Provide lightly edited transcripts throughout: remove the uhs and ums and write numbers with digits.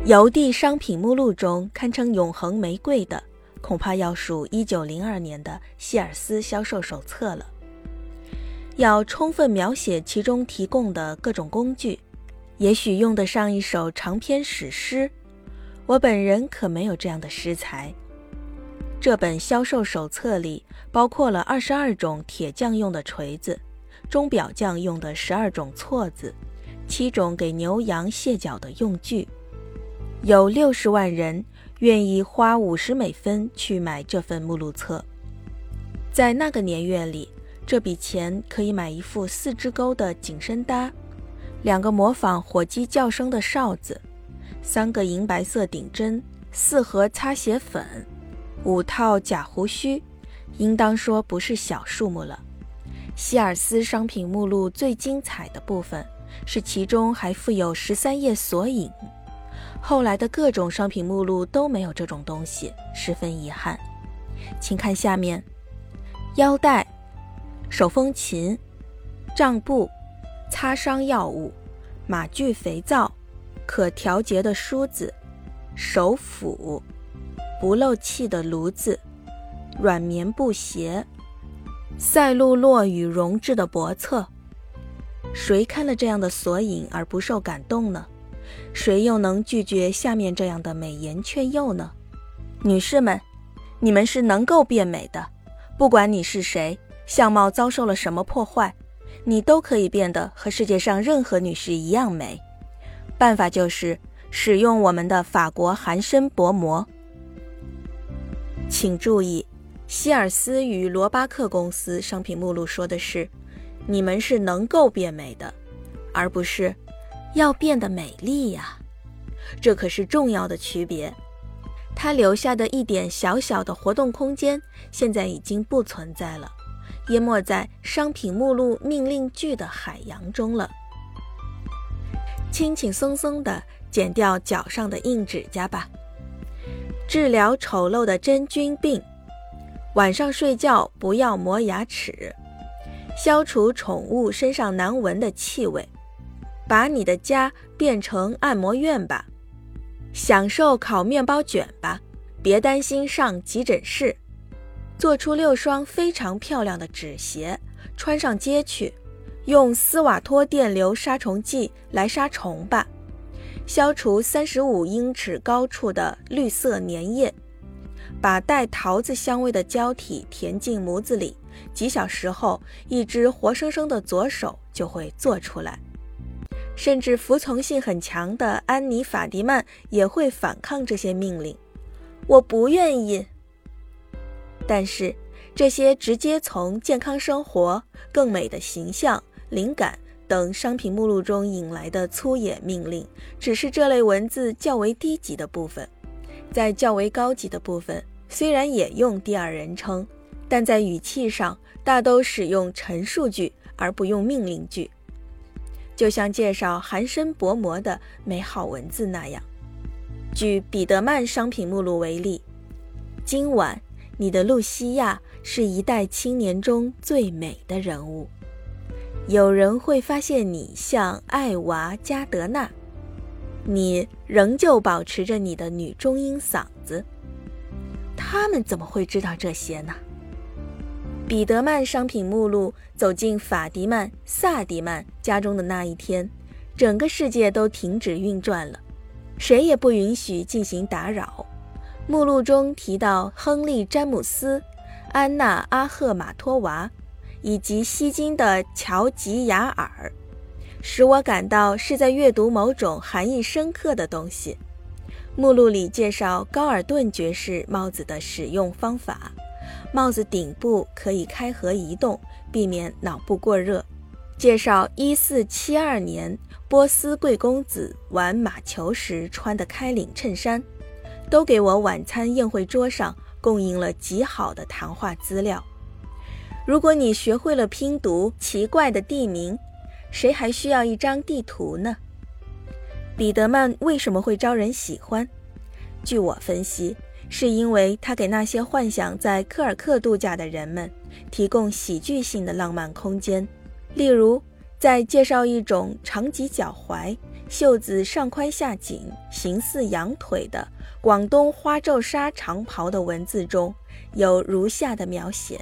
邮递商品目录中堪称永恒玫瑰的，恐怕要数1902年的希尔斯销售手册了。要充分描写其中提供的各种工具，也许用得上一首长篇史诗，我本人可没有这样的诗才。这本销售手册里包括了22种铁匠用的锤子，钟表匠用的12种锉子，7种给牛羊卸脚的用具。有60万人愿意花50美分去买这份目录册。在那个年月里，这笔钱可以买一副4只钩的紧身搭，2个模仿火鸡叫声的哨子，3个银白色顶针，4盒擦鞋粉，5套假胡须，应当说不是小数目了。希尔斯商品目录最精彩的部分是其中还附有13页索引，后来的各种商品目录都没有这种东西，十分遗憾。请看下面：腰带、手风琴、账簿、擦伤药物、马具肥皂、可调节的梳子、手斧、不漏气的炉子、软棉布鞋、赛璐珞与绒质的脖策。谁看了这样的索引而不受感动呢？谁又能拒绝下面这样的美言劝诱呢？女士们，你们是能够变美的，不管你是谁，相貌遭受了什么破坏，你都可以变得和世界上任何女士一样美。办法就是使用我们的法国含砷薄膜。请注意，希尔斯与罗巴克公司商品目录说的是你们是能够变美的，而不是要变得美丽呀。这可是重要的区别。它留下的一点小小的活动空间现在已经不存在了，淹没在商品目录命令句的海洋中了。轻轻松松地剪掉脚上的硬指甲吧。治疗丑陋的真菌病，晚上睡觉不要磨牙齿，消除宠物身上难闻的气味，把你的家变成按摩院吧，享受烤面包卷吧，别担心上急诊室，做出6双非常漂亮的纸鞋，穿上街去，用斯瓦托电流杀虫剂来杀虫吧，消除35英尺高处的绿色粘液，把带桃子香味的胶体填进模子里，几小时后，一只活生生的左手就会做出来。甚至服从性很强的安妮·法迪曼也会反抗这些命令。我不愿意。但是这些直接从健康生活、更美的形象、灵感等商品目录中引来的粗野命令，只是这类文字较为低级的部分。在较为高级的部分，虽然也用第二人称，但在语气上大都使用陈述句而不用命令句，就像介绍含砷薄膜的美好文字那样。举彼得曼商品目录为例，今晚你的露西亚是一代青年中最美的人物。有人会发现你像艾娃·加德纳，你仍旧保持着你的女中音嗓子。他们怎么会知道这些呢？彼得曼商品目录走进法迪曼、萨迪曼家中的那一天，整个世界都停止运转了，谁也不允许进行打扰。目录中提到亨利·詹姆斯、安娜·阿赫马托娃以及西京的乔吉雅尔，使我感到是在阅读某种含义深刻的东西。目录里介绍高尔顿爵士帽子的使用方法，帽子顶部可以开合移动，避免脑部过热。介绍1472年波斯贵公子玩马球时穿的开领衬衫，都给我晚餐宴会桌上供应了极好的谈话资料。如果你学会了拼读奇怪的地名，谁还需要一张地图呢？彼得曼为什么会招人喜欢？据我分析，是因为他给那些幻想在科尔克度假的人们提供喜剧性的浪漫空间。例如，在介绍一种长及脚踝、 袖子上宽下紧，形似羊腿的广东花皱纱长袍的文字中有如下的描写：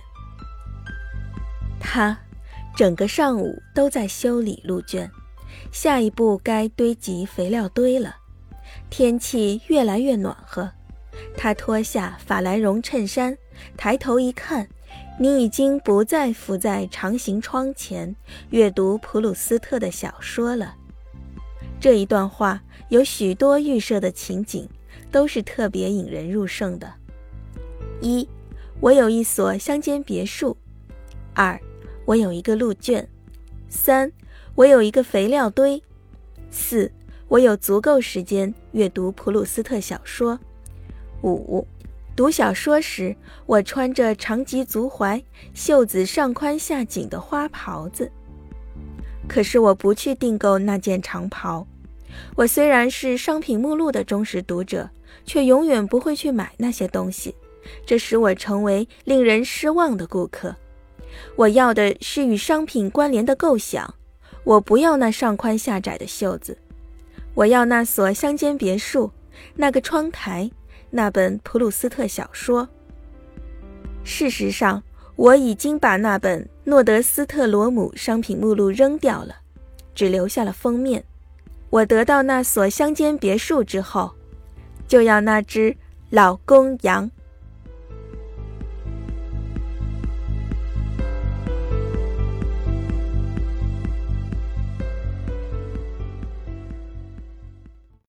他整个上午都在修理鹿圈，下一步该堆积肥料堆了。天气越来越暖和，他脱下法兰绒衬衫，抬头一看，你已经不再伏在长形窗前阅读普鲁斯特的小说了。这一段话有许多预设的情景，都是特别引人入胜的。一，我有一所乡间别墅。二，我有一个鹿圈。三，我有一个肥料堆。四，我有足够时间阅读普鲁斯特小说。五，读小说时，我穿着长及足踝、袖子上宽下紧的花袍子。可是我不去订购那件长袍。我虽然是商品目录的忠实读者，却永远不会去买那些东西，这使我成为令人失望的顾客。我要的是与商品关联的构想，我不要那上宽下窄的袖子，我要那所乡间别墅，那个窗台，那本普鲁斯特小说。事实上，我已经把那本诺德斯特罗姆商品目录扔掉了，只留下了封面。我得到那所乡间别墅之后，就要那只老公羊